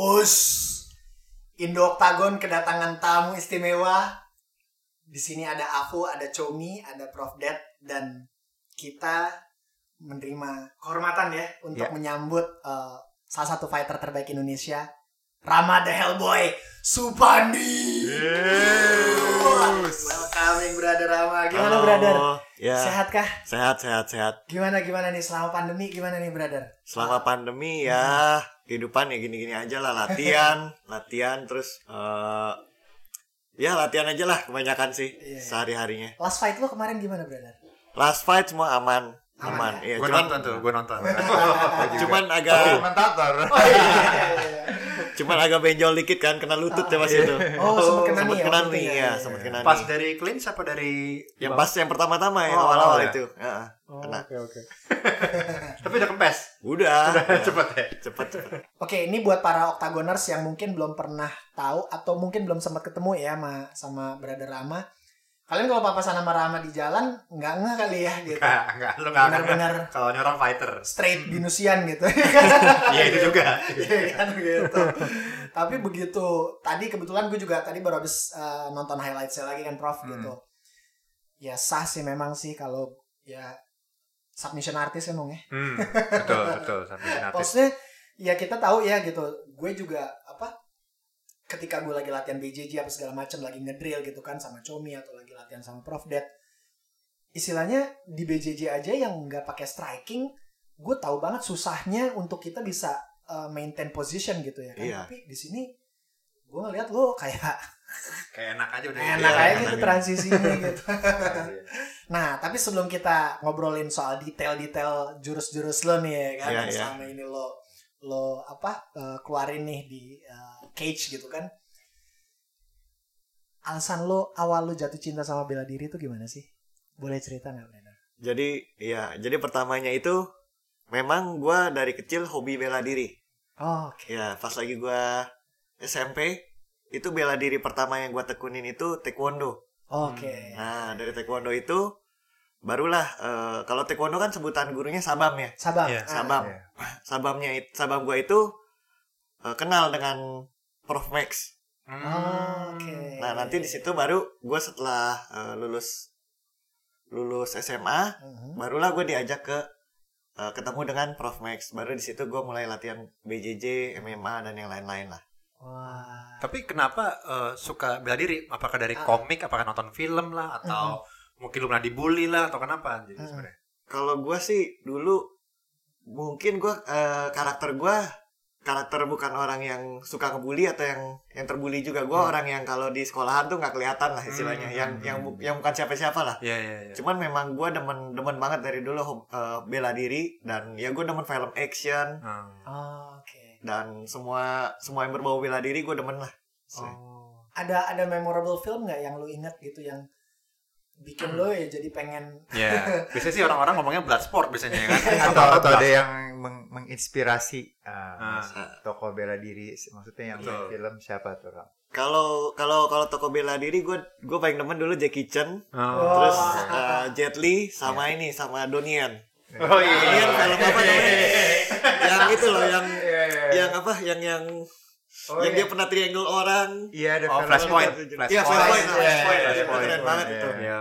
Indo Octagon kedatangan tamu istimewa. Di sini ada Afu, ada Chomi, ada Prof Ded, dan kita menerima kehormatan ya untuk menyambut salah satu fighter terbaik Indonesia, Rama the Hellboy Supandi. Welcome brother Rama. Gimana brother? Ya. Sehat kah? Sehat. Gimana nih selama pandemi? Gimana nih brother? Selama pandemi ya kehidupan ya gini-gini aja lah, latihan terus ya latihan aja lah kebanyakan sih sehari-harinya. Last fight lo kemarin gimana brother? Last fight semua aman. Ya? Iya, gue nonton. Cuman agak komentator. Cuman agak benjol dikit kan, kena lutut ya pas itu. Sempet kena nih ya. Sempet kena nih. Pas dari clinch apa dari yang pas yang pertama-tama ya, awal-awal itu. Kena. Oke. Tapi udah kempes. Udah. Cepet. Oke, ini buat para Octagoners yang mungkin belum pernah tahu atau mungkin belum sempat ketemu ya sama brother Rama. Kalian kalau papasan sama Rama di jalan nggak kali ya gitu. Enggak, lu enggak benar-benar kalau ini orang fighter. Straight binusian gitu. Iya itu juga. Iya kan gitu. Tapi begitu tadi kebetulan gue juga tadi baru habis nonton highlightsnya lagi kan Prof gitu. Ya sah sih memang sih kalau ya submission artist emang ya. Betul submission artist. Maksudnya ya kita tahu ya gitu. Gue juga ketika gue lagi latihan BJJ apa segala macam, lagi ngedrill gitu kan sama Chomi atau lagi latihan sama Prof Ded, istilahnya di BJJ aja yang nggak pakai striking, gue tahu banget susahnya untuk kita bisa maintain position gitu ya kan. Iya. Tapi di sini gue ngeliat lo kayak enak aja udah. Enak aja gitu transisinya gitu. Nah, tapi sebelum kita ngobrolin soal detail-detail jurus-jurus lo nih ya kan, selama ini lo keluarin nih di cage gitu kan. Alasan lo awal lo jatuh cinta sama bela diri itu gimana sih? Boleh cerita nggak, Brenda? Jadi pertamanya itu memang gue dari kecil hobi bela diri. Oke. Ya, pas lagi gue SMP itu bela diri pertama yang gue tekunin itu taekwondo. Oke. Nah, dari taekwondo itu barulah kalau taekwondo kan sebutan gurunya sabam ya. Sabam. Yeah. Sabam gue itu kenal dengan Prof Max. Oke. Nah, nanti di situ baru gue setelah lulus SMA, barulah gue diajak ketemu dengan Prof Max. Baru di situ gue mulai latihan BJJ, MMA dan yang lain-lain lah. Wah. Tapi kenapa suka bela diri? Apakah dari komik, apakah nonton film lah, atau mungkin lu pernah dibully lah, atau kenapa? Jadi sebenarnya. Kalau gue sih dulu mungkin gue karakter bukan orang yang suka ngebully atau yang terbully juga. Gue orang yang kalau di sekolahan tuh nggak kelihatan lah istilahnya, yang bukan siapa-siapa lah. Yeah. Cuman memang gue demen banget dari dulu bela diri, dan ya gue demen film action. Oke. Dan semua yang berbau bela diri gue demen lah. Ada memorable film nggak yang lu ingat gitu yang bikin lo ya jadi pengen? Ya, biasanya sih orang-orang ngomongnya blood sport biasanya kan. atau ada yang menginspirasi tokoh bela diri, maksudnya yang main film siapa tuh? Kalau tokoh bela diri gue paling demen dulu Jackie Chan, terus Jet Li sama Donnie Yen. Donnie Yen film apa namanya? Yang itu loh, yang dia pernah triangle orang. Iya, ada Flashpoint. Flashpoint. Keren banget itu. Iya.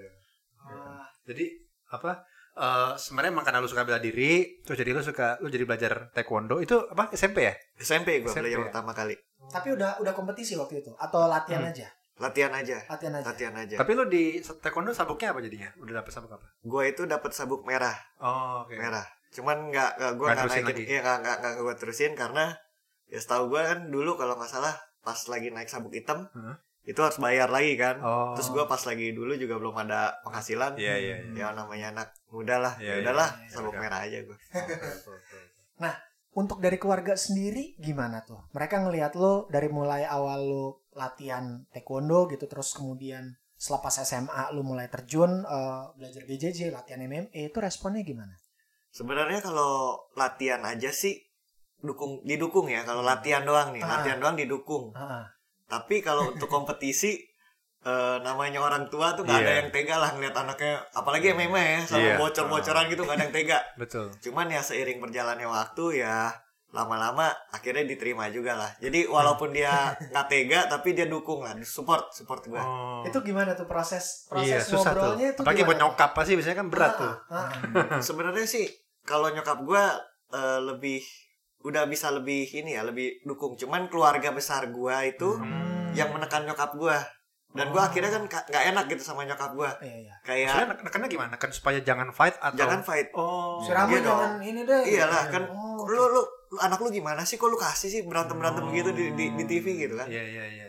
Jadi sebenarnya emang karena lu suka bela diri, terus jadi lu jadi belajar taekwondo itu SMP ya? SMP gue belajar pertama kali. Tapi udah kompetisi waktu itu atau latihan aja? Latihan aja. Tapi lu di taekwondo sabuknya apa jadinya? Udah dapet sabuk apa? Gue itu dapet sabuk merah. Oke. Merah. Cuman gue nggak naikin, nggak gue terusin karena ya setahu gue kan dulu kalau nggak salah pas lagi naik sabuk hitam itu harus bayar lagi kan. Terus gue pas lagi dulu juga belum ada penghasilan. Ya namanya anak muda lah. Udahlah sabuk merah aja gue. Nah, untuk dari keluarga sendiri gimana tuh? Mereka ngelihat lo dari mulai awal lo latihan taekwondo gitu, terus kemudian setelah pas SMA lo mulai terjun belajar BJJ, latihan MMA, itu responnya gimana? Sebenarnya kalau latihan aja sih didukung ya. Kalau latihan doang nih, latihan doang didukung. Tapi kalau untuk kompetisi namanya orang tua tuh nggak ada yang tega lah ngeliat anaknya, apalagi MMA ya, sama bocor-bocoran gitu nggak ada yang tega. Betul. Cuman ya seiring berjalannya waktu ya lama-lama akhirnya diterima juga lah. Jadi walaupun dia nggak tega tapi dia dukung lah, support gue. Itu gimana tuh proses susah ngobrolnya tuh. itu? Apalagi buat nyokap pasti biasanya kan berat tuh. Sebenarnya sih kalau nyokap gue lebih udah bisa lebih ini ya, lebih dukung. Cuman keluarga besar gue itu yang menekan nyokap gue. Dan gue akhirnya kan nggak enak gitu sama nyokap gue. Kayak nekannya gimana? Kan supaya jangan fight atau jangan fight. Si Rama jangan ini deh. Iyalah kan. Lu anak lu gimana sih? Kok lu kasih sih berantem gitu di TV gitu kan? Iya.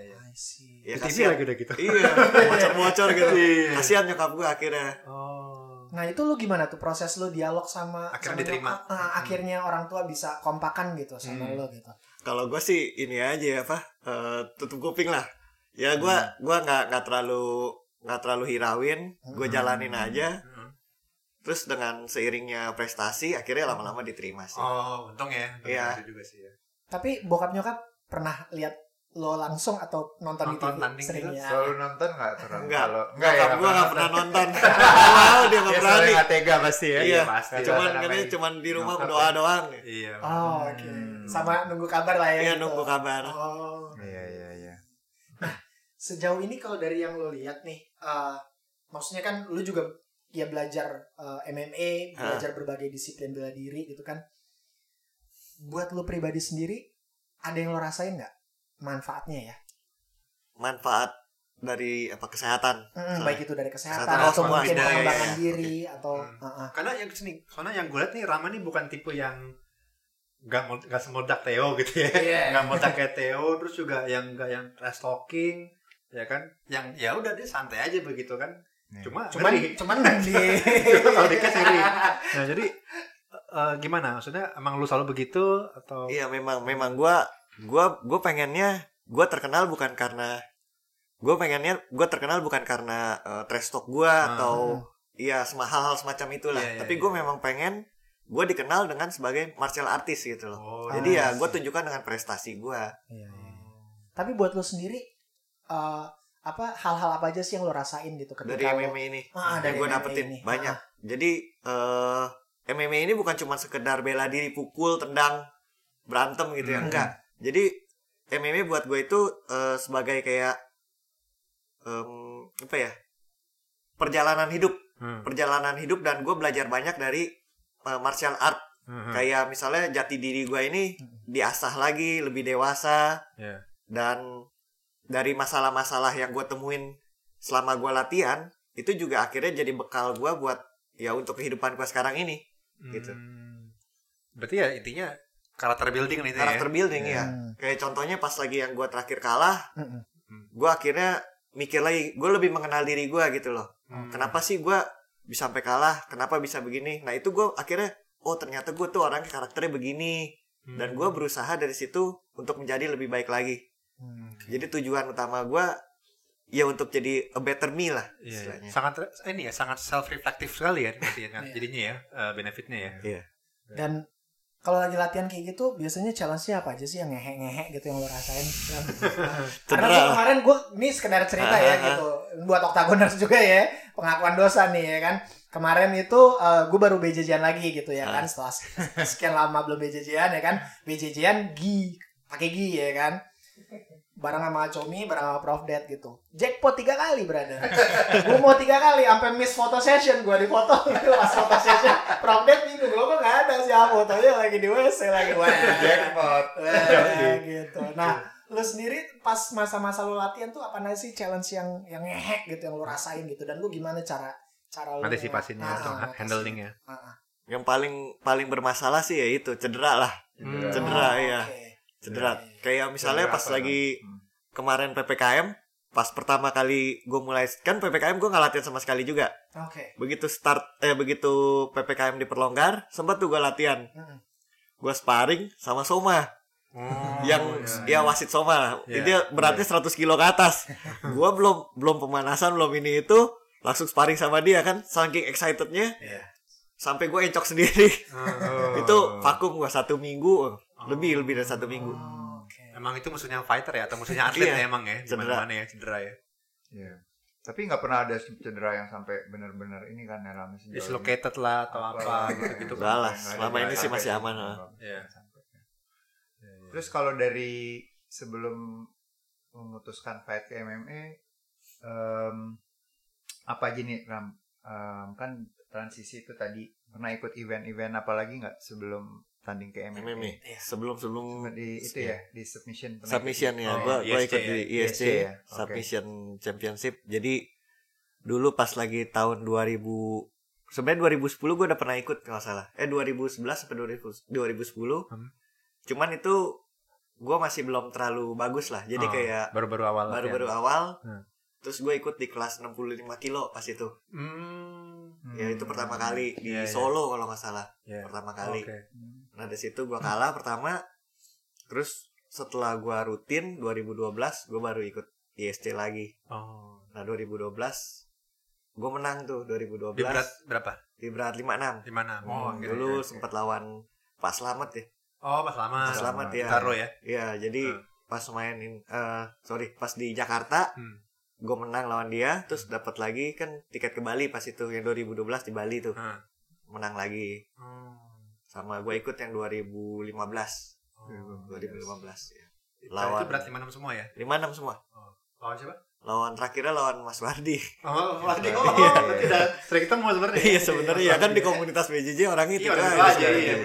Ya, di TV lagi udah gitu. Iya, bocor-bocor gitu. Kasihan nyokap gue akhirnya. Nah itu lu gimana tuh proses lu dialog sama akhirnya diterima. Akhirnya orang tua bisa kompakan gitu sama lu gitu. Kalau gue sih ini aja tutup kuping lah. Ya gue nggak terlalu hirauin, gue jalanin aja. Terus dengan seiringnya prestasi akhirnya lama-lama diterima sih. Untung ya. Iya. Juga sih ya. Tapi bokap nyokap pernah lihat lo langsung atau nonton di TV seringnya? Selalu nonton nggak terlalu? Enggak ya. Gue nggak pernah nonton. Wow, dia nggak berani. Nggak tega pasti ya. Iya. Pasti. Cuman di rumah berdoa doang. Iya. Oke. Sama nunggu kabar lah ya. Iya, gitu. nunggu kabar. Iya. Nah, sejauh ini kalau dari yang lo lihat nih, maksudnya kan lo juga ya belajar MMA, belajar berbagai disiplin bela diri gitu kan. Buat lo pribadi sendiri, ada yang lo rasain nggak manfaatnya ya? Manfaat dari kesehatan. Baik itu dari kesehatan atau mungkin pengembangan diri atau karena yang kesini, soalnya yang gue lihat nih Rama nih bukan tipe yang nggak semodak Theo gitu ya, nggak modak kayak Theo, terus juga yang nggak yang trash talking, ya kan, yang ya udah dia santai aja begitu kan, cuman di kalau dikit sendiri. Nah jadi gimana, maksudnya emang lu selalu begitu atau? Iya memang gue pengennya gue terkenal bukan karena trash talk gue atau iya hal-hal semacam itulah. Tapi gue memang pengen gue dikenal dengan sebagai martial artist gitu loh. Jadi ya gue tunjukkan dengan prestasi gue. Tapi buat lo sendiri hal-hal apa aja sih yang lo rasain gitu ketika dari MMA ini yang gue dapetin ini. Banyak. Jadi MMA ini bukan cuma sekedar bela diri, pukul, tendang, berantem gitu ya, enggak. Jadi MMA buat gue itu sebagai kayak perjalanan hidup dan gue belajar banyak dari martial art. Kayak misalnya jati diri gue ini diasah lagi, lebih dewasa. Dan dari masalah-masalah yang gue temuin selama gue latihan, itu juga akhirnya jadi bekal gue buat ya untuk kehidupan gue sekarang ini. Gitu. Berarti ya intinya karakter building nih. Karakter building ya. Kayak contohnya pas lagi yang gue terakhir kalah, gue akhirnya mikir lagi, gue lebih mengenal diri gue gitu loh. Kenapa sih gue bisa sampai kalah? Kenapa bisa begini? Nah itu gue akhirnya, ternyata gue tuh orangnya karakternya begini. Dan gue berusaha dari situ untuk menjadi lebih baik lagi. Jadi tujuan utama gue ya untuk jadi a better me lah istilahnya. Sangat self reflective sekali kan jadinya ya, benefitnya ya. Iya. Dan kalau lagi latihan kayak gitu biasanya challenge-nya apa aja sih yang ngehe gitu yang lo rasain? Karena kemarin gue ini sekedar cerita ya gitu buat Octagoners juga ya, pengakuan dosa nih ya kan. Kemarin itu gue baru BJJ-an lagi gitu ya kan, setelah sekian lama belum BJJ-an ya kan. BJJ-an pakai gi ya kan. Bareng sama Comi, bareng sama Prof Dad gitu. Jackpot 3 kali, brother. Gue mau 3 kali, sampai miss photo session. Gue di foto gitu, pas foto session. Prof Dad bingung, gue kok gak ada sih. Fotonya lagi di WC, lagi jackpot. Gitu. Nah, lu sendiri pas masa-masa lu latihan tuh apa sih challenge yang ngehek gitu, yang lu rasain gitu. Dan lu gimana cara lu antisipasinya atau handlingnya? Yang paling bermasalah sih ya itu, cedera lah. Cedera ya. Cedera. Kayak misalnya pas lagi kemarin PPKM, pas pertama kali gue mulai kan PPKM gue nggak latihan sama sekali juga. Begitu PPKM diperlonggar, sempat tuh gue latihan. Gue sparring sama Soma. Yang wasit Soma. Dia beratnya 100 kilo ke atas. Gue belum pemanasan, belum ini itu, langsung sparring sama dia kan, saking excitednya. Sampai gue encok sendiri. Itu vakum gue 1 minggu. Lebih dari 1 minggu. Emang itu musuhnya fighter ya atau musuhnya atlet ya emang ya? Cedera ya, cedera ya. Iya. Tapi nggak pernah ada cedera yang sampai benar-benar ini kan Rama sejauh dislocated lah atau apa gitu-gitu. Enggak lah, selama ini sih masih aman lah. Iya. Terus kalau dari sebelum memutuskan fight ke MMA, apa aja nih Ram? Kan transisi itu tadi pernah ikut event-event apa lagi nggak sebelum tanding ke MMA? Sebelum di itu ya, di submission ya. Gua ikut di ISC ya. Submission Championship. Jadi dulu pas lagi tahun 2000, sebenarnya 2010 gue udah pernah ikut kalau salah. 2011 sampai 2010. Cuman itu gue masih belum terlalu bagus lah. Jadi kayak baru-baru awal. Terus gue ikut di kelas 65 kilo pas itu. Ya itu pertama kali di Solo kalau nggak salah. Pertama kali. Nah dari situ gue kalah pertama. Terus setelah gue rutin 2012 gue baru ikut ISC lagi. Nah 2012 gue menang tuh 2012. Di berat berapa? Di berat 56. Dulu sempat lawan Pak Slamet ya. Pak Slamet ya. Taro ya. Iya, jadi pas mainin pas di Jakarta gue menang lawan dia, terus dapat lagi kan tiket ke Bali pas itu yang 2012 di Bali tuh. Menang lagi. Sama gue ikut yang 2015. 2015 ya. Lawan itu berat 56 semua ya? 56 semua. Lawan siapa? Lawan terakhirnya lawan Mas Wardi. Wardi. Tidak sering ketemu sebenarnya. Iya sebenarnya ya kan di komunitas BJJ orang itu kan. Iya.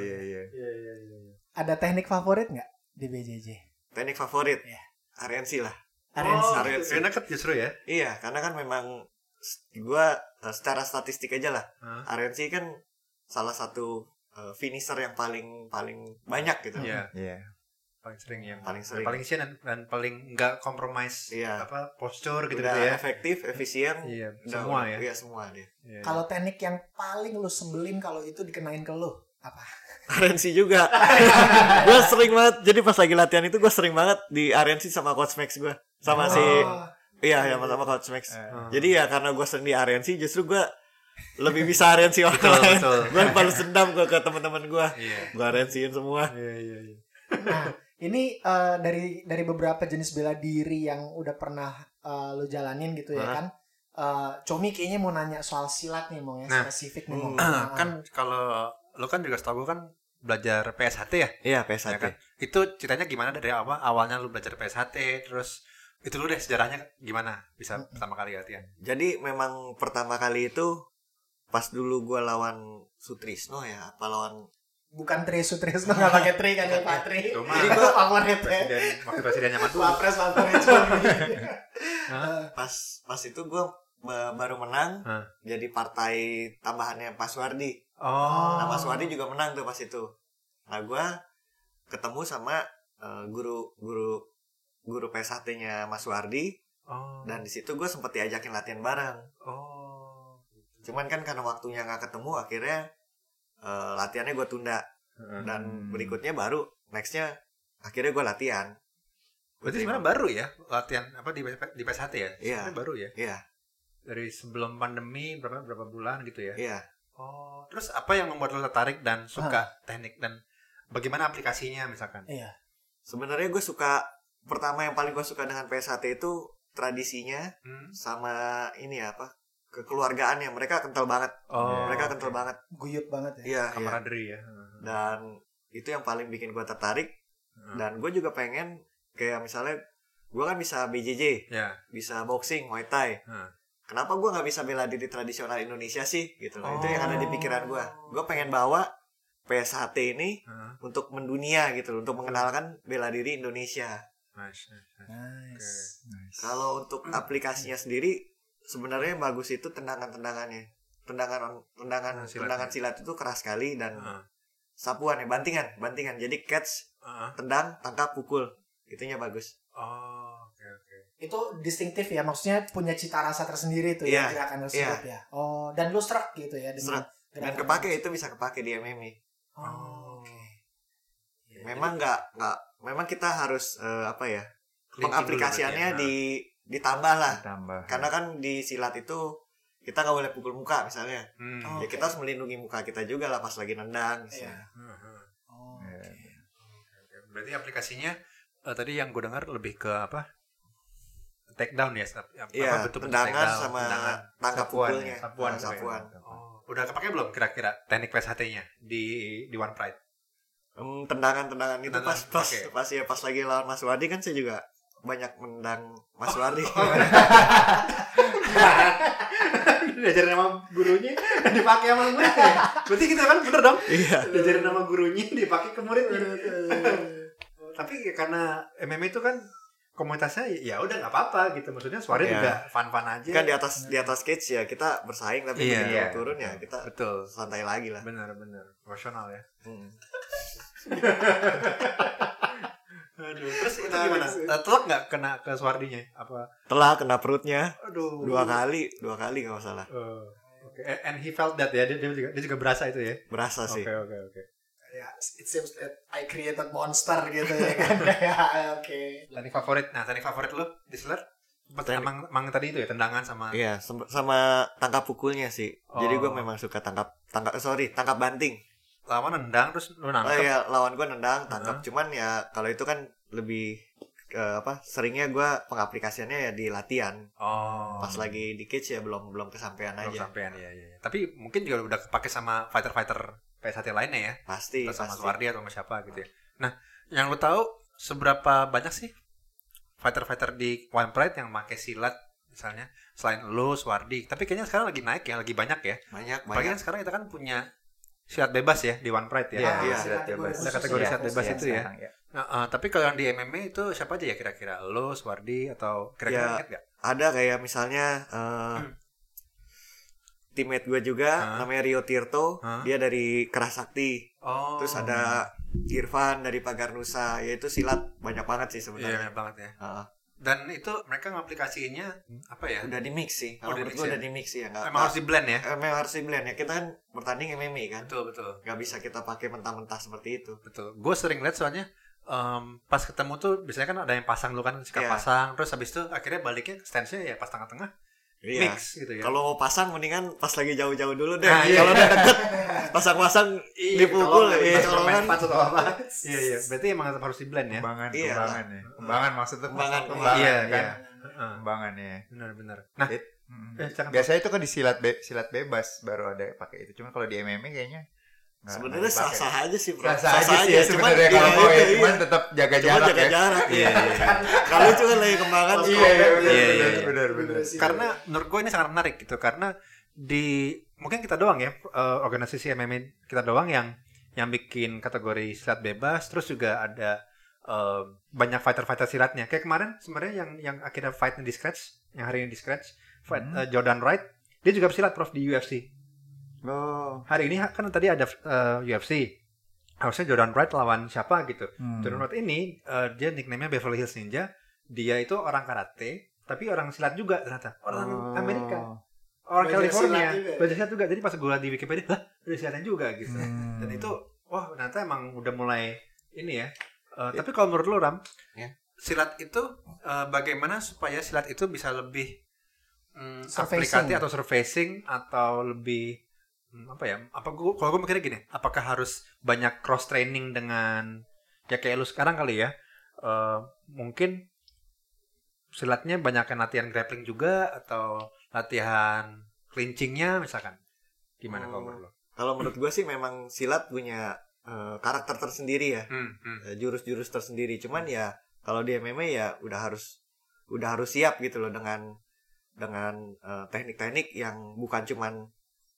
Ada teknik favorit nggak di BJJ? Teknik favorit? RNC lah. RNC. Enak justru ya? Iya, karena kan memang gue secara statistik aja lah. RNC kan salah satu finisher yang paling banyak gitu. Iya. Paling sering dan paling enggak compromise posture gitu ya. Efektif, efisien. Semua ya. Iya, semua dia. Kalau teknik yang paling lu sembelin kalau itu dikenain ke lu apa? RNC juga. Gue sering banget. Jadi pas lagi latihan itu gue sering banget di RNC sama Coach Max gue. Sama sama Coach Max. Jadi ya karena gue sering di RNC justru gue lebih bisa RNC orang lain. Gue balas dendam ke teman-teman gue. Gue RNC-in semua. Nah, ini dari beberapa jenis bela diri yang udah pernah lo jalanin gitu ya kan. Comi kayaknya mau nanya soal silat nih mau ya, spesifik nih. Kan kalau lo kan juga setahu gue kan belajar PSHT ya? Iya, PSHT. Ya kan? Itu ceritanya gimana dari awalnya lo belajar PSHT, terus itu lo deh sejarahnya gimana bisa pertama kali latihan? Jadi memang pertama kali itu pas dulu gue lawan Sutrisno ya, apa lawan bukan Tri Sutrisno, nggak pakai Tri kan ya Pak Tri. Jadi gue favorit ya. Wakil presidennya Matu. Wapres favorit. Pas itu gue baru menang jadi partai tambahannya Pak Suwardi. Nah Pak Suwardi juga menang tuh pas itu. Nah gue ketemu sama guru PSHT-nya Mas Suwardi. Dan di situ gue sempet diajakin latihan bareng. Cuman kan karena waktunya nggak ketemu akhirnya latihannya gue tunda. Dan berikutnya baru nextnya akhirnya gue latihan. Berarti sebenarnya baru ya latihan apa di PSHT ya? Iya. Baru ya? Iya. Dari sebelum pandemi berapa bulan gitu ya? Iya. Terus apa yang membuat lo tertarik dan suka teknik dan bagaimana aplikasinya misalkan? Iya. Sebenarnya gue suka, pertama yang paling gue suka dengan PSHT itu tradisinya sama ini apa? Kekeluargaannya. Mereka kental banget. Mereka kental banget. Guyup banget ya. Iya. Camaraderie ya. Dan itu yang paling bikin gue tertarik. Dan gue juga pengen kayak misalnya gue kan bisa BJJ, bisa boxing, Muay Thai. Kenapa gue nggak bisa bela diri tradisional Indonesia sih? Gitu loh. Itu yang ada di pikiran gue. Gue pengen bawa PSHT ini untuk mendunia gitu loh, untuk mengenalkan bela diri Indonesia. Nice. Kalau untuk aplikasinya sendiri sebenarnya bagus itu tendangannya. Tendangan silat itu keras sekali dan sapuan ya, bantingan. Jadi catch, tendang, tangkap, pukul. Itunya bagus. Oke. Itu distintif ya, maksudnya punya cita rasa tersendiri tuh ya gerakan tersebut ya. Dan lu serak gitu ya dengan dan kepake itu bisa kepake di MMA. Oke. Memang memang kita harus pengaplikasiannya ditambah lah. Karena kan di silat itu kita nggak boleh pukul muka misalnya. Ya kita harus melindungi muka kita juga lah pas lagi nendang. Berarti aplikasinya tadi yang gue dengar lebih ke apa? Takedown ya, bentuk tendangan sama tangkap pukulnya. Sapuan. Udah kepake belum kira-kira teknik PSHT-nya di One Pride? Tendangan itu pas lagi lawan Mas Wardi kan saya juga banyak mendang Mas Wardi. Diajarin nama gurunya dipakai sama muridnya. Berarti kita kan bener dong. Iya. Diajarin nama gurunya dipakai ke muridnya. Tapi karena MMA itu kan komunitasnya ya udah nggak apa-apa gitu. Maksudnya Suardi juga fun-fun aja. Kan di atas cage ya kita bersaing, tapi begitu turun ya kita betul santai lagi lah. Benar profesional ya. Aduh, terus itu gimana? Telak nggak kena ke Suardinya? Apa? Telak, kena perutnya. Aduh. Dua kali kalau salah. Okay. And he felt that ya, dia juga berasa itu ya. Berasa sih. Oke. Ya, it seems that I created monster gitu ya kan. Oke. Teknik favorit lu di Silat? Emang tadi itu ya, tendangan sama. Iya, sama tangkap pukulnya sih. Jadi gue memang suka tangkap banting. Lawan nendang terus lu nangkep. Iya, lawan gue nendang, tangkap. Cuman ya kalau itu kan lebih seringnya gue pengaplikasiannya ya di latihan. Pas lagi di cage ya belum kesampaian aja. Kesampaian ya. Tapi mungkin juga udah kepake sama fighter PSAT lainnya ya. Pasti. Sama Suardi atau sama siapa gitu ya. Nah, yang lu tahu seberapa banyak sih fighter di One Pride yang pakai silat misalnya selain lu, Suardi. Tapi kayaknya sekarang lagi naik ya, lagi banyak ya. Banyak. Apalagi kan sekarang kita kan punya silat bebas ya di One Pride ya. Iya, silat bebas. Ada kategori silat bebas itu ya. Ya. Tapi kalau yang di MMA itu siapa aja ya kira-kira? Lo, Suardi atau kira-kira ingat nggak? Ada kayak misalnya teammate gue juga namanya Rio Tirto, dia dari Keras Sakti. Terus ada Irfan dari Pagar Nusa, yaitu silat banyak banget sih sebenarnya. Iya, banyak banget ya. Dan itu mereka ngaplikasiinnya apa ya? Udah di mix sih. Kalau menurut gue udah di mix sih ya. Memang harus di blend ya? Memang harus di blend ya. Kita kan bertanding MMA kan. Betul. Gak bisa kita pakai mentah-mentah seperti itu. Betul. Gue sering lihat soalnya pas ketemu tuh biasanya kan ada yang pasang dulu kan, pasang. Terus habis itu akhirnya baliknya stance-nya ya pas tengah-tengah. Iya. Mix gitu ya. Kalau mau pasang mendingan pas lagi jauh-jauh dulu deh. Kalau udah deket pasang-pasang dipukul kalau kan atau apa. Iya. Berarti emang harus di blend ya. Kembangan ya. Kembangan maksudnya kembangan. Iya kan. Kembangan ya. Benar. Nah, biasanya itu kan di silat bebas baru ada pakai itu. Cuman kalau di MMA kayaknya sebenarnya sah-sah aja sih, bro. Sah aja ya sebenarnya kalau mau ya, cuman tetap jaga jarak ya. Iya. Kalau itu kan lagi kembangan. Iya. Benar. Karena menurut gue ini sangat menarik gitu, karena mungkin kita doang ya, organisasi MMA kita doang yang bikin kategori silat bebas, terus juga ada banyak fighter silatnya. Kayak kemarin sebenarnya yang akhirnya fightnya di scratch, yang hari ini di scratch, Jordan Wright, dia juga bersilat Prof di UFC. Hari ini kan tadi ada UFC. Harusnya Jordan Wright lawan siapa gitu. Jordan Wright ini dia nickname-nya Beverly Hills Ninja. Dia itu orang karate, tapi orang silat juga ternyata. Orang Amerika. Orang California. Belajar silat juga. Jadi pas gue lihat di Wikipedia, udah silatnya juga gitu. Dan itu ternyata emang udah mulai ini ya. Tapi kalau menurut lo Ram, silat itu bagaimana supaya silat itu bisa lebih aplikatif atau surfacing atau lebih kalau gue mikirnya gini, apakah harus banyak cross training dengan ya kayak lu sekarang kali ya, mungkin silatnya banyak latihan grappling juga atau latihan clinchingnya misalkan, gimana kalau menurut lo? Kalau menurut gue sih memang silat punya karakter tersendiri ya, jurus-jurus tersendiri. Cuman ya kalau di MMA ya udah harus siap gitu loh dengan teknik-teknik yang bukan cuman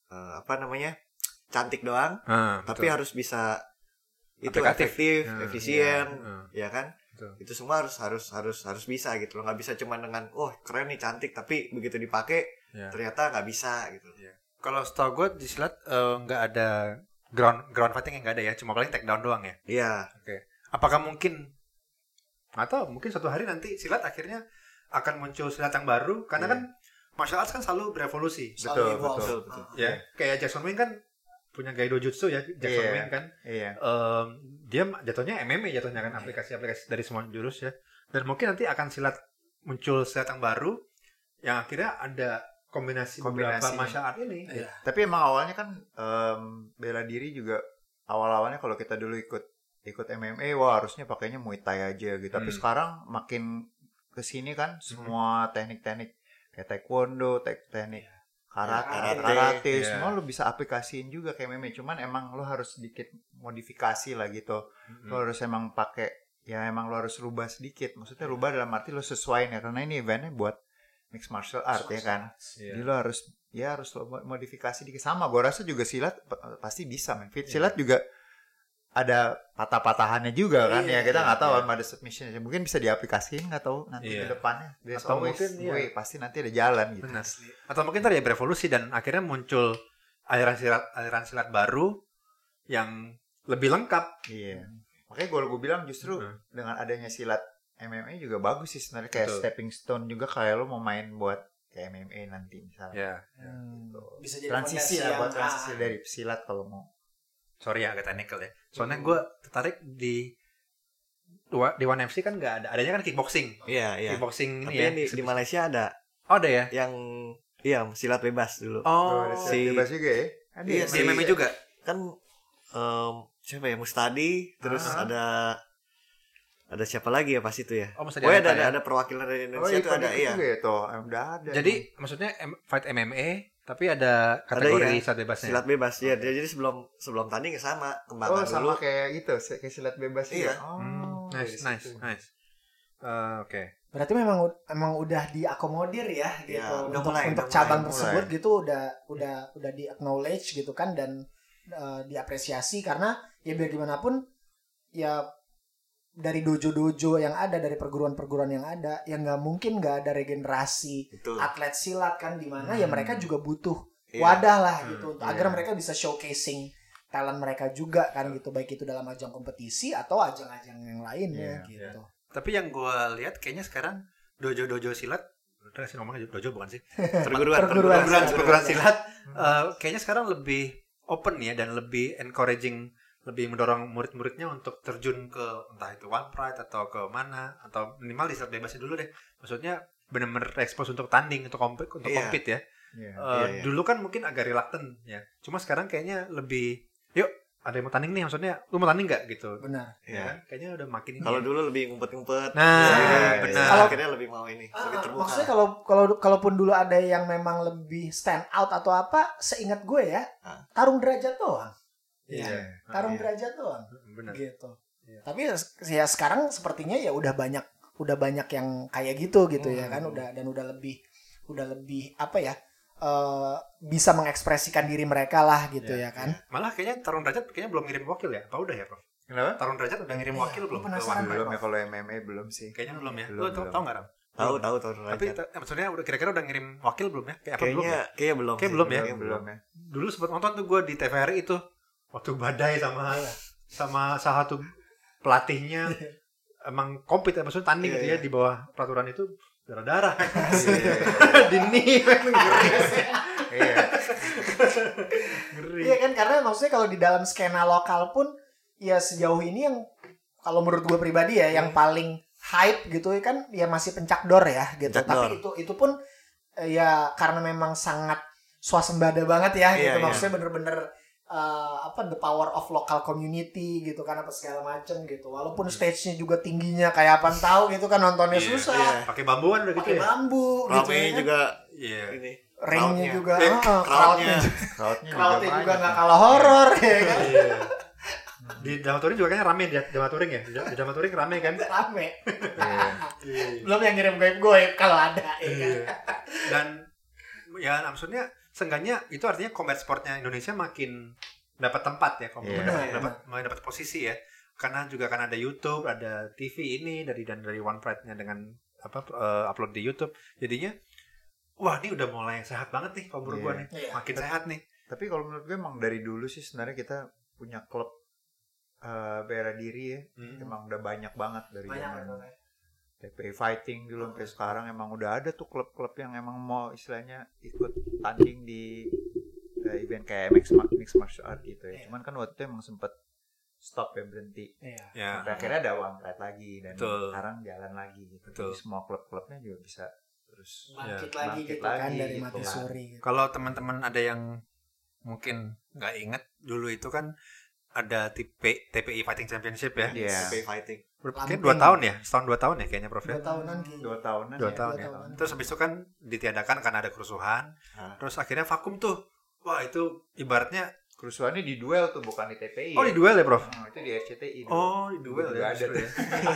cantik doang, tapi harus bisa itu efektif, efisien, ya kan? Betul. Itu semua harus bisa gitu loh. Nggak bisa cuma dengan keren nih cantik, tapi begitu dipakai ternyata nggak bisa gitu. Kalau setahu gue di silat nggak ada ground fighting, yang nggak ada ya, cuma paling take down doang ya. Iya. Oke. Apakah mungkin atau mungkin suatu hari nanti silat akhirnya akan muncul silat yang baru, karena kan martial arts kan selalu berevolusi. Betul. Ya, kayak Jackson Wink kan punya Gaido Jutsu ya, Jackson Wink kan. Iya. Dia jatuhnya MMA kan, aplikasi-aplikasi dari semua jurus ya. Dan mungkin nanti akan muncul silat yang baru yang akhirnya ada kombinasi beberapa martial art ini. Iya. Tapi emang awalnya kan bela diri juga awal-awalnya kalau kita dulu ikut MMA, harusnya pakainya Muay Thai aja gitu. Tapi sekarang makin kesini kan semua teknik-teknik kayak taekwondo, teknik karate semua lo bisa aplikasiin juga kayak MMA. Cuman emang lo harus sedikit modifikasi lah gitu. Lo harus emang pakai, ya emang lo harus rubah sedikit. Maksudnya rubah dalam arti lo sesuaiin ya, karena ini eventnya buat mixed martial art ya kan. Jadi lo harus lo modifikasi dikit. Sama gue rasa juga silat pasti bisa men. Silat juga ada patah-patahannya juga kan ya, kita nggak tahu ada submission, mungkin bisa diaplikasiin, nggak tahu nanti ke depannya. Atau mungkin pasti nanti ada jalan gitu. Benar. Atau mungkin tadi ya berevolusi dan akhirnya muncul aliran silat baru yang lebih lengkap. Iya. Makanya gue bilang justru dengan adanya silat MMA juga bagus sih sebenarnya, kayak stepping stone juga kayak lo mau main buat kayak MMA nanti misalnya. Gitu. Bisa jadi transisi lah, buat transisi dari silat kalau mau. Sorry ya agak technical ya. Soalnya gue tertarik di One FC kan nggak ada, adanya kan kickboxing. Iya. Kickboxing ini. Tapi ya. Di Malaysia ada. Oh ada ya? Yang silat bebas dulu. Ada silat bebas juga ya? Iya, di MMA juga. Kan siapa ya, Mustadi, terus ada siapa lagi ya pas itu ya? Oh, ada perwakilan dari Indonesia itu ada juga ya toh. Udah ada. Jadi maksudnya fight MMA tapi ada kategori silat bebasnya. Silat bebas ya. Jadi sebelum tanding sama kembangkan dulu. Sama kayak gitu, kayak silat bebas. Iya. Nice. Oke. Berarti memang udah diakomodir ya gitu. Ya, untuk cabang tersebut gitu udah di acknowledge gitu kan, dan diapresiasi, karena ya biar gimana pun ya dari dojo-dojo yang ada, dari perguruan-perguruan yang ada, yang nggak mungkin nggak ada regenerasi atlet silat kan, di mana ya mereka juga butuh wadah lah gitu agar mereka bisa showcasing talent mereka juga kan gitu, baik itu dalam ajang kompetisi atau ajang-ajang yang lainnya gitu. Tapi yang gue lihat kayaknya sekarang dojo-dojo silat, sih ngomongnya dojo bukan sih? perguruan silat kayaknya sekarang lebih open ya, dan lebih encouraging, lebih mendorong murid-muridnya untuk terjun ke entah itu One Pride atau ke mana, atau minimal di silat bebasnya dulu deh. Maksudnya benar-benar expose untuk tanding, untuk compete ya. Dulu kan mungkin agak reluctant ya. Cuma sekarang kayaknya lebih, yuk ada yang mau tanding nih, maksudnya lu mau tanding nggak gitu. Benar. Ya, kayaknya udah makin ini. Kalau dulu lebih ngumpet-ngumpet. Benar. Kalau akhirnya lebih mau ini, lebih terbuka. Maksudnya kalaupun dulu ada yang memang lebih stand out atau apa, seingat gue ya, tarung derajat doang. Tarung derajat doang. Benar. Gitu. Tapi ya sekarang sepertinya ya udah banyak yang kayak gitu ya kan, udah lebih apa ya? Bisa mengekspresikan diri mereka lah gitu ya kan. Malah kayaknya tarung derajat kayaknya belum ngirim wakil ya. Apa udah ya, Prof? Kenapa? Tarung derajat udah ngirim wakil belum? Belum ya, kalau MMA belum sih. Kayaknya belum ya. Lu tahu enggak, Ram? Tahu tarung Tapi derajat. maksudnya udah kira-kira udah ngirim wakil belum ya? Kayaknya belum. Kayak belum ya? Belum ya. Dulu sempat nonton tuh gue di TVRI itu waktu badai sama salah satu pelatihnya emang compete, maksudnya tanding gitu ya, di bawah peraturan itu darah-darah. Dini ngeri. Iya kan, karena maksudnya kalau di dalam skena lokal pun ya sejauh ini yang kalau menurut gue pribadi ya yang paling hype gitu kan ya masih Pencak Dor ya gitu. Tapi itu pun ya karena memang sangat swasembada banget ya gitu. Maksudnya bener-bener the power of local community gitu kan, apa segala macem gitu. Walaupun stage-nya juga tingginya kayak apaan tahu gitu kan, nontonnya susah. Pakai bambuan udah gitu ya. Bambu gitu ya. juga ini. Ringnya juga, crowdnya juga nggak kalah horor ya kan. Di Damaturing juga kayaknya rame, di Damaturing ya. Di Damaturing rame kan? Rame. Belum yang ngirim goib kalau ada. Dan ya maksudnya seenggaknya itu artinya combat sportnya Indonesia makin dapat tempat ya, dapat posisi ya. Karena juga kan ada YouTube, ada TV ini dari One Pride-nya dengan upload di YouTube. Jadinya wah, ini udah mulai sehat banget nih kalau menurut gue nih. Makin sehat nih. Tapi kalau menurut gue emang dari dulu sih sebenarnya kita punya klub bela diri ya. Emang udah banyak banget dari zaman TPI Fighting dulu sampai sekarang. Emang udah ada tuh klub-klub yang emang mau istilahnya ikut tanding di event kayak mixed martial art gitu ya. Cuman kan waktu itu emang sempet stop ya, berhenti. Sampai akhirnya ada One Pride lagi dan sekarang jalan lagi gitu. Jadi semua klub-klubnya juga bisa terus bangkit lagi gitu kan dari mati suri gitu. Kalau teman-teman ada yang mungkin nggak inget dulu itu kan ada TPI Fighting Championship ya. TPI Fighting. Mungkin 2 tahun ya, setahun 2 tahun ya kayaknya Prof. 2 tahunan. 2 tahunan. 2 tahun ya. Terus habis itu kan ditiadakan karena ada kerusuhan. Terus akhirnya vakum tuh. Wah itu ibaratnya kerusuhannya di duel tuh, bukan di TPI. Oh, ya? Di duel ya, Prof? Itu di RCTI. Oh, di duel ya. Ada tuh.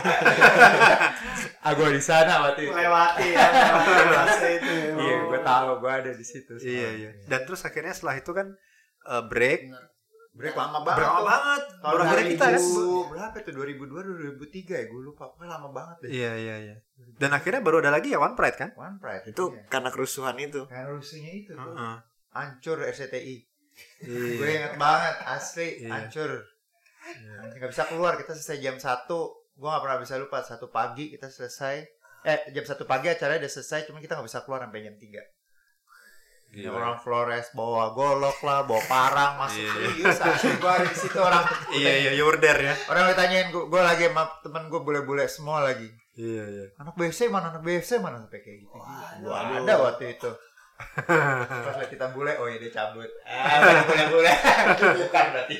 Gue di sana waktu itu. Lewati ya. Itu. Iya, gue tahu, gue ada di situ. Iya. Dan terus akhirnya setelah itu kan break. Break lama banget. Baru akhirnya kita kan. Berapa itu? 2002, 2003 ya? Gue lupa. Pokoknya lama banget deh. Iya. Dan akhirnya baru ada lagi ya One Pride kan? One Pride. Itu karena kerusuhan itu. Karena rusuhnya itu. Hancur RCTI. Gue inget banget, asli hancur. Nggak bisa keluar, kita selesai jam 1. Gue nggak pernah bisa lupa, 1 pagi kita selesai. Jam 1 pagi acaranya udah selesai, cuma kita nggak bisa keluar sampai jam 3. Ya, orang Flores bawa golok lah, bawa parang masuk. Serius, asli gue ada di situ orang. Iya, you were there ya. Orang ditanyain gue lagi sama temen gue bule-bule semua lagi. Iya. Anak BFC mana sampai kayak gitu. Gue ada waktu itu. Pas lihat kita bule, oh ya dia cabut. Bule. Bukan berarti.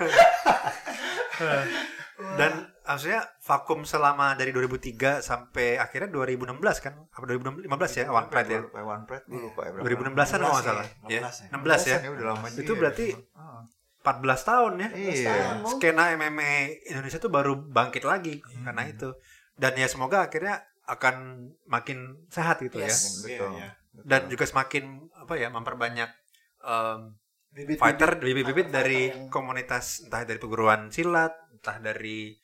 Dan maksudnya vakum selama dari 2003 sampai akhirnya 2016 kan? Apa 2015 ya One Pride ya? One Pride gue lupa ya. 2016an kalau nggak salah. 16 ya. Itu berarti 14 tahun ya. Iya. Skena MMA Indonesia tuh baru bangkit lagi karena itu. Dan ya semoga akhirnya akan makin sehat gitu ya. Betul. Dan juga semakin memperbanyak bibit-bibit dari komunitas, entah dari perguruan silat, entah dari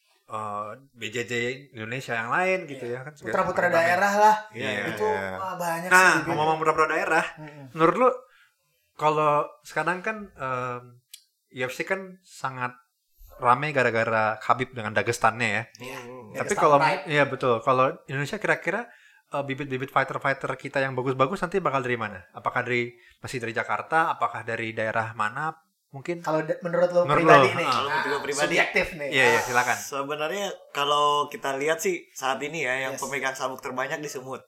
BJJ Indonesia yang lain gitu ya kan. Putra-putra daerah lah. Itu banyak sih. Nah, ngomong putra-putra daerah, menurut lu kalau sekarang kan UFC kan sangat ramai gara-gara Khabib dengan Dagestannya ya. Tapi kalau iya betul, kalau Indonesia kira-kira bibit-bibit fighter kita yang bagus-bagus nanti bakal dari mana? Apakah masih dari Jakarta? Apakah dari daerah mana? Mungkin. Kalau menurut lo pribadi nih. Kalau menurut pribadi subjektif nih. Iya, silakan. Sebenarnya kalau kita lihat sih saat ini ya yang pemegang sabuk terbanyak di Sumut.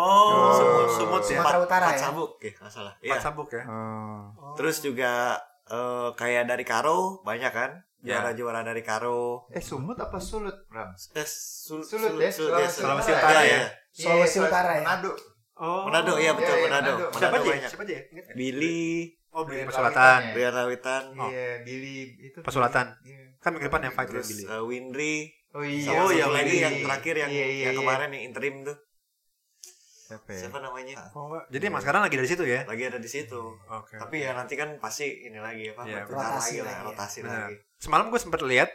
Sumut ya. Sumatera Utara ya. Sabuk, nggak salah. 4 sabuk ya. Terus juga kayak dari Karo banyak kan? Juara-juara dari Karo. Sumut apa Sulut, Ram? Sulut ya. Sulawesi Utara ya. Sulawesi Utara ya. Manado, iya betul Manado. Siapa banyak. aja? Billy. Billy Pasulatan. Billy Rawitan. Iya, Billy itu. Pasulatan. Kan minggu depan yang fight terus Billy. Windri. Oh iya. Yang lagi yang terakhir yang kemarin yang interim tuh. Siapa namanya? Jadi emang sekarang lagi dari situ ya? Lagi ada di situ. Tapi ya nanti kan pasti ini lagi rotasi lagi. Semalam gue sempat lihat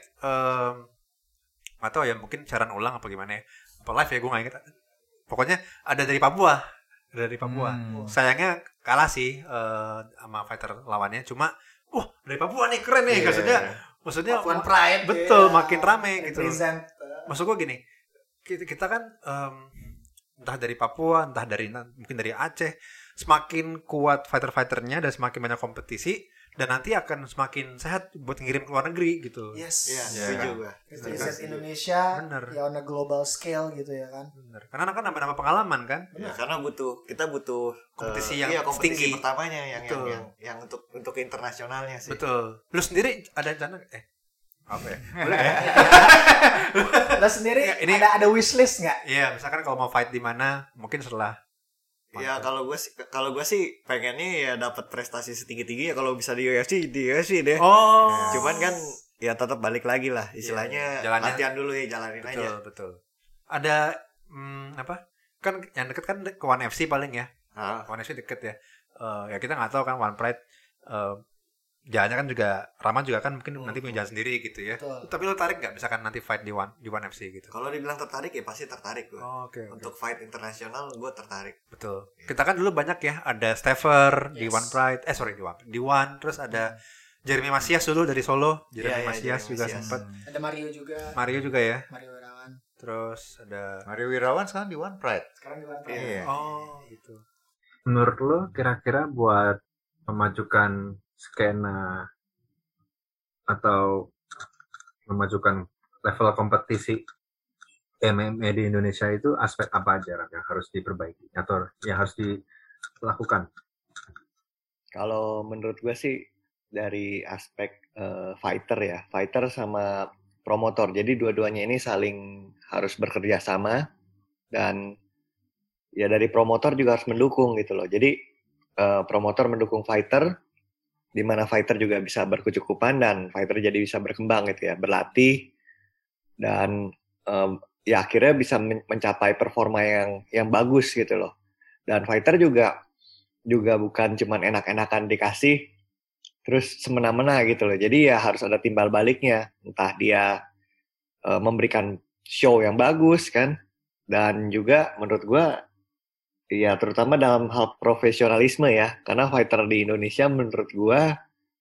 atau ya mungkin siaran ulang apa gimana ya? Apa live ya gue nggak ingat. Pokoknya ada dari Papua. Sayangnya kalah sih sama fighter lawannya. Cuma dari Papua nih keren nih. Maksudnya One Pride. Betul, makin rame gitu. Maksud gue gini, kita kan entah dari Papua, entah dari mungkin dari Aceh, semakin kuat fighter-fighternya dan semakin banyak kompetisi dan nanti akan semakin sehat buat ngirim ke luar negeri gitu. Yes. Setuju gue. Riset Indonesia ya on a global scale gitu ya kan. Bener. Karena kan nambah pengalaman kan. Ya, karena kita butuh kompetisi yang kompetisi tinggi pertamanya yang untuk internasionalnya sih. Betul. Lu sendiri ada rencana apa ya? Boleh ya? Lo sendiri ada wishlist nggak? Iya, misalkan kalau mau fight di mana, mungkin setelah. Ya kalau gue sih pengennya ya dapat prestasi setinggi-tinggi ya kalau bisa di UFC deh. Cuman kan ya tetap balik lagi lah istilahnya latihan dulu ya jalanin aja. Betul. Ada kan yang deket kan ke One FC paling ya. One FC deket ya. Ya kita nggak tahu kan One Pride. Jalannya kan juga Rahman juga kan mungkin nanti punya jalan sendiri gitu ya. Betul. Tapi lo tarik nggak misalkan nanti fight di One FC gitu? Kalau dibilang tertarik ya pasti tertarik gue. Okay. Untuk fight internasional gue tertarik. Betul. Kita kan dulu banyak ya ada Stever di One Pride. di One terus ada Jeremy Masias dulu dari Solo. Jeremy Masias juga sempat. Ada Mario juga ya. Mario Wirawan. Terus ada Mario Wirawan sekarang di One Pride. Gitu. Menurut lo kira-kira buat memajukan skena atau memajukan level kompetisi MMA di Indonesia itu aspek apa aja yang harus diperbaiki atau yang harus dilakukan? Kalau menurut gue sih dari aspek fighter ya, fighter sama promotor. Jadi dua-duanya ini saling harus bekerja sama, dan ya dari promotor juga harus mendukung gitu loh. Jadi promotor mendukung fighter, di mana fighter juga bisa berkecukupan dan fighter jadi bisa berkembang gitu ya, berlatih dan ya akhirnya bisa mencapai performa yang bagus gitu loh. Dan fighter juga bukan cuman enak-enakan dikasih terus semena-mena gitu loh. Jadi ya harus ada timbal baliknya, entah dia memberikan show yang bagus kan, dan juga menurut gua ya terutama dalam hal profesionalisme ya, karena fighter di Indonesia menurut gua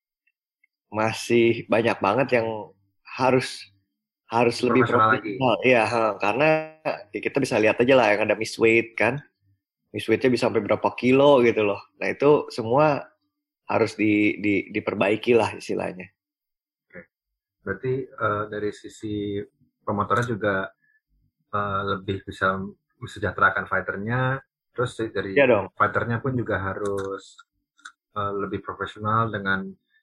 masih banyak banget yang harus lebih profesional. Iya, karena ya kita bisa lihat aja lah yang ada Miss Weight kan. Miss Weight-nya bisa sampai berapa kilo gitu loh. Nah, itu semua harus diperbaiki lah istilahnya. Oke. Berarti dari sisi promotornya juga lebih bisa mesejahterakan fighternya. Terus dari fighternya pun juga harus lebih profesional dengan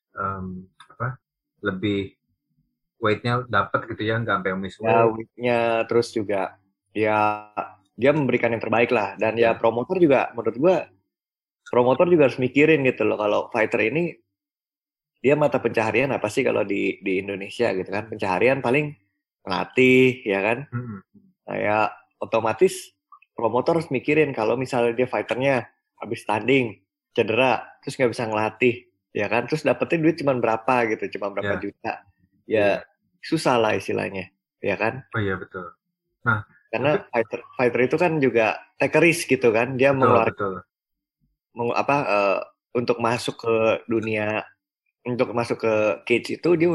lebih weight-nya dapat gitu ya, nggak sampai miss weight. Ya, weight-nya terus juga ya dia memberikan yang terbaik lah. Dan ya promotor juga menurut gua harus mikirin gitu loh, kalau fighter ini dia mata pencaharian apa sih kalau di Indonesia gitu kan. Pencaharian paling ngelatih ya kan. Nah, ya otomatis promotor harus mikirin kalau misalnya dia fighternya habis tanding cedera terus nggak bisa ngelatih ya kan, terus dapetin duit cuma berapa gitu, cuma berapa juta ya susah lah istilahnya ya kan. Oh iya betul. Nah karena fighter itu kan juga take risk gitu kan, dia mengeluarkan untuk masuk ke dunia, untuk masuk ke cage itu dia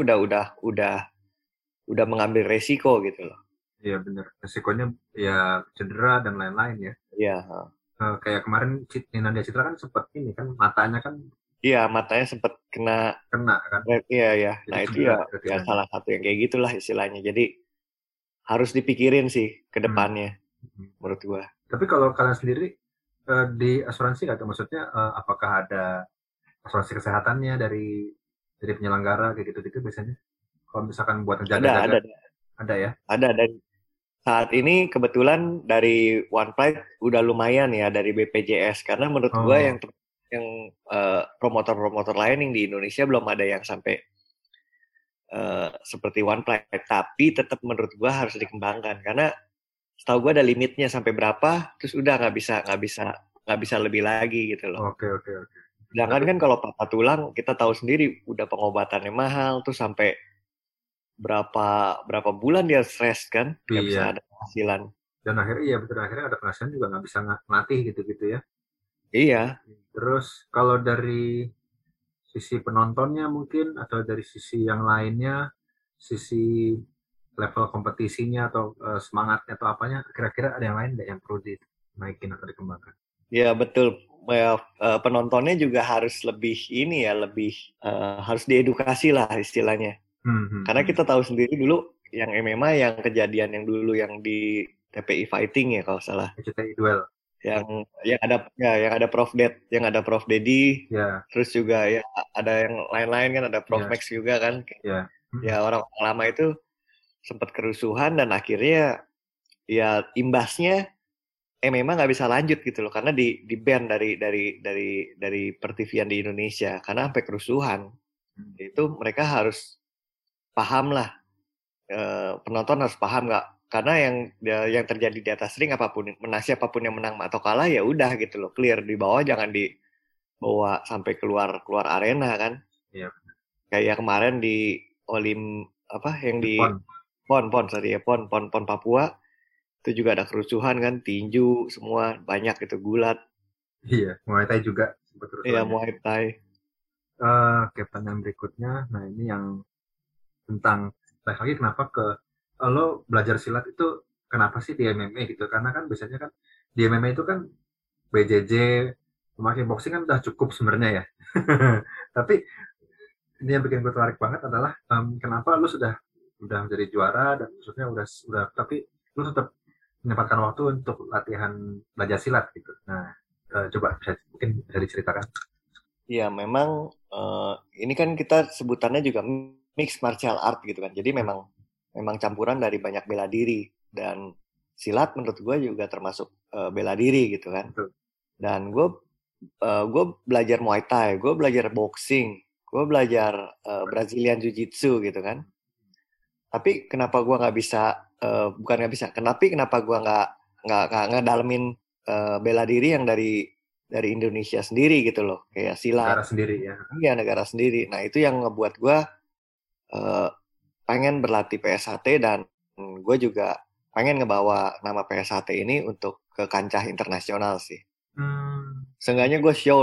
udah mengambil resiko gitu loh. Iya benar, resikonya ya cedera dan lain-lain ya. Iya. Kayak kemarin Nanda Citra kan sempat ini kan, matanya kan. Iya, matanya sempat kena kan. Iya. Nah itu ya salah satu yang kayak gitulah istilahnya. Jadi harus dipikirin sih ke depannya, menurut gua. Tapi kalau kalian sendiri di asuransi nggak tuh, maksudnya apakah ada asuransi kesehatannya dari penyelenggara kayak gitu biasanya? Kalau misalkan buat ngejaga-jaga. Ada ya? Ada. Dan saat ini kebetulan dari OnePlate udah lumayan ya dari BPJS, karena menurut gua yang promotor-promotor lain yang di Indonesia belum ada yang sampai seperti OnePlate, tapi tetap menurut gua harus dikembangkan, karena setahu gua ada limitnya sampai berapa, terus udah nggak bisa lebih lagi gitu loh. Oke. Sedangkan kan kalau patah tulang kita tahu sendiri udah pengobatannya mahal, terus sampai berapa bulan dia stres kan, nggak bisa ada penghasilan. Dan akhirnya ada penghasilan juga nggak bisa ngelatih gitu ya. Iya. Terus kalau dari sisi penontonnya mungkin, atau dari sisi yang lainnya, sisi level kompetisinya atau semangatnya atau apanya, kira-kira ada yang lain nggak yang perlu dinaikin atau dikembangkan? Ya betul. Penontonnya juga harus lebih harus diedukasi lah istilahnya. Karena kita tahu sendiri dulu yang MMA, yang kejadian yang dulu yang di TPI Fighting ya kalau salah. TPI Duel. Yang ada Prof Dedi, terus juga ya ada yang lain-lain kan, ada Prof Max juga kan. Ya orang-orang lama itu sempat kerusuhan dan akhirnya ya imbasnya MMA nggak bisa lanjut gitu loh, karena di ban dari pertivian di Indonesia karena sampai kerusuhan. Itu mereka harus paham lah, penonton harus paham nggak, karena yang terjadi di atas ring siapapun yang menang atau kalah ya udah gitu loh, clear di bawah, jangan dibawa sampai keluar arena kan. Iya. Kayak kemarin di yang di PON Papua itu juga ada kerusuhan kan, tinju semua banyak itu, gulat. Iya, Muay Thai juga sempat kerusuhan. Iya, Muay Thai. Pertanyaan berikutnya, nah ini yang tentang lagi kenapa lo belajar silat itu kenapa sih di MMA gitu? Karena kan biasanya kan di MMA itu kan BJJ, memakai boxing kan udah cukup sebenarnya ya. Tapi ini yang bikin gue tertarik banget adalah kenapa lo sudah menjadi juara dan maksudnya udah tapi lo tetap menyempatkan waktu untuk latihan belajar silat gitu. Nah, coba mungkin bisa diceritakan. Iya, memang ini kan kita sebutannya juga mixed martial art gitu kan. Jadi memang campuran dari banyak bela diri, dan silat menurut gue juga termasuk bela diri gitu kan. Dan gue belajar Muay Thai, gue belajar boxing, gue belajar Brazilian Jiu-Jitsu gitu kan. Tapi kenapa gue nggak bisa, kenapa gue nggak ngedalamin bela diri yang dari Indonesia sendiri gitu loh, kayak silat. Negara sendiri ya. Iya, negara sendiri. Nah itu yang ngebuat gue pengen berlatih PSHT, dan gue juga pengen ngebawa nama PSHT ini untuk ke kancah internasional sih. Seenggaknya gue show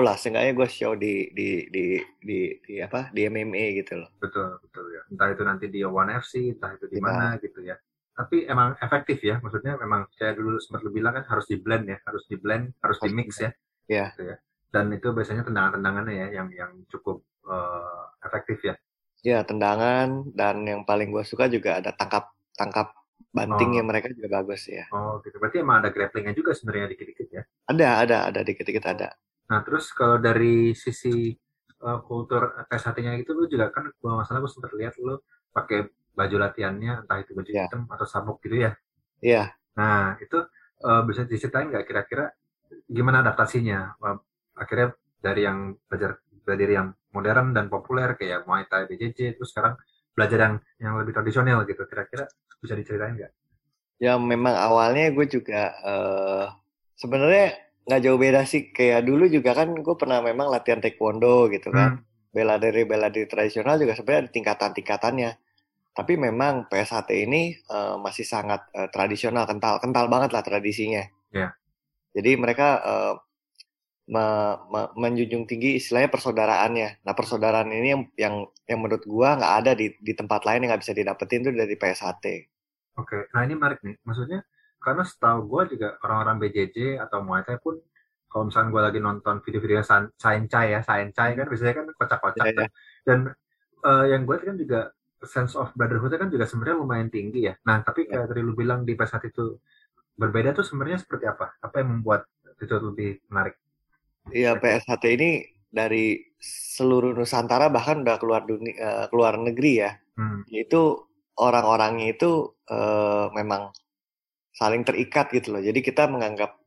di MMA gitu loh. Betul ya. Entah itu nanti di One FC, entah itu di mana gitu ya. Tapi emang efektif ya, maksudnya memang saya dulu sempat lu bilang kan harus di blend, harus di mix ya. Iya. Gitu ya. Dan itu biasanya tendangannya ya yang cukup efektif ya. Ya, tendangan, dan yang paling gue suka juga ada tangkap bantingnya, mereka juga bagus ya. Oh gitu, berarti emang ada grapplingnya juga sebenarnya dikit-dikit ya? Ada dikit-dikit ada. Nah terus kalau dari sisi kultur PSHT-nya itu, lu juga kan, kalau nggak salah gue sempat lihat lu pakai baju latihannya, entah itu baju hitam atau sabuk gitu ya? Iya. Nah itu bisa diceritain nggak kira-kira gimana adaptasinya? Akhirnya dari yang belajar dari yang modern dan populer kayak Muay Thai, BJJ, terus sekarang belajar yang lebih tradisional gitu, kira-kira bisa diceritain nggak? Ya memang awalnya gue juga sebenarnya nggak jauh beda sih, kayak dulu juga kan gue pernah memang latihan taekwondo gitu kan. Bela diri tradisional juga sebenarnya ada tingkatan-tingkatannya, tapi memang PSHT ini masih sangat tradisional, kental banget lah tradisinya. Jadi mereka menjunjung tinggi istilahnya persaudaraannya. Nah persaudaraan ini yang menurut gua nggak ada di tempat lain, yang nggak bisa didapetin tuh dari PSHT. Oke, nah ini menarik nih, maksudnya karena setahu gua juga orang-orang BJJ atau Muay Thai pun, kalau misalnya gua lagi nonton video-video Saencai kan biasanya kan kocak-kocak kan. Dan yang gue kan juga sense of brotherhood kan juga sebenarnya lumayan tinggi ya. Nah tapi kayak tadi lu bilang di PSHT itu berbeda tuh sebenarnya seperti apa? Apa yang membuat itu lebih menarik? Iya, PSHT ini dari seluruh Nusantara, bahkan udah keluar negeri ya. Itu orang-orangnya itu memang saling terikat gitu loh. Jadi kita menganggap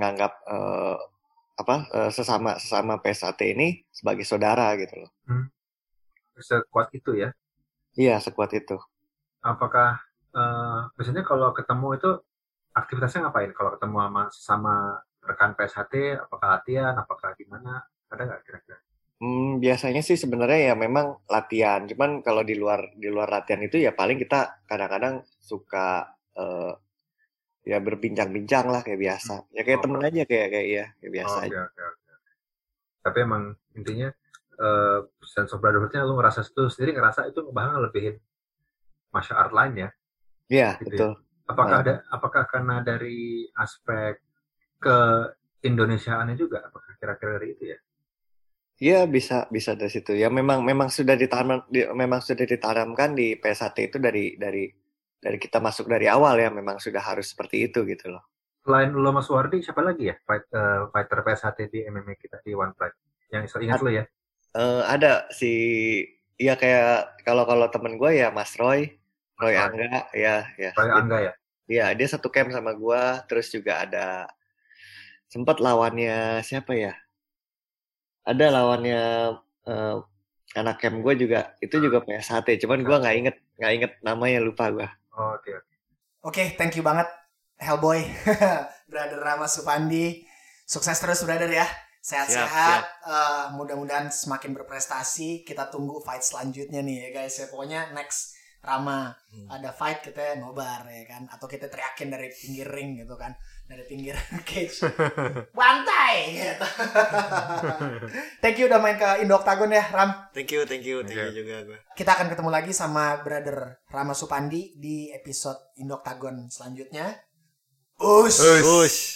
sesama PSHT ini sebagai saudara gitu loh. Sekuat itu ya? Iya, sekuat itu. Apakah biasanya kalau ketemu itu aktivitasnya ngapain? Kalau ketemu sama rekan PSHT, apakah latihan, apakah gimana? Ada nggak kira-kira? Biasanya sih sebenarnya ya memang latihan. Cuman kalau di luar latihan itu ya paling kita kadang-kadang suka ya berbincang-bincang lah kayak biasa. Ya kayak temen aja kayak biasa aja. Okay. Tapi emang intinya sense of brotherhood-nya lu ngerasa itu sendiri, ngerasa itu bahkan ngelebihin martial art lain ya? Iya, gitu betul. Ya? Apakah karena dari aspek ke Indonesiaannya juga, apakah kira-kira dari itu ya? Iya, bisa dari situ. Ya memang sudah ditanamkan di PSHT itu dari kita masuk dari awal ya, memang sudah harus seperti itu gitu loh. Selain lo Mas Wardi, siapa lagi ya fighter PSHT di MMA kita di One Fight yang ingat lo ya? Ada ya kayak kalau temen gue ya Mas Roy Angga ya. Roy Angga ya? Iya, dia satu camp sama gue. Terus juga ada sempat lawannya siapa ya? Ada lawannya anak camp gue juga, itu juga PSHT. Cuman gue nggak inget namanya, lupa gue. Oke, thank you banget Hellboy, Brother Rama Supandi. Sukses terus brother ya. Sehat-sehat. Mudah-mudahan semakin berprestasi. Kita tunggu fight selanjutnya nih ya guys ya. Pokoknya next Rama ada fight kita nobar ya kan, atau kita teriakin dari pinggir ring gitu kan, dari pinggir cage, bantai gitu. Thank you udah main ke Indo Octagon ya Ram. Thank you juga gue. Kita akan ketemu lagi sama Brother Rama Supandi di episode Indo Octagon selanjutnya. Ush.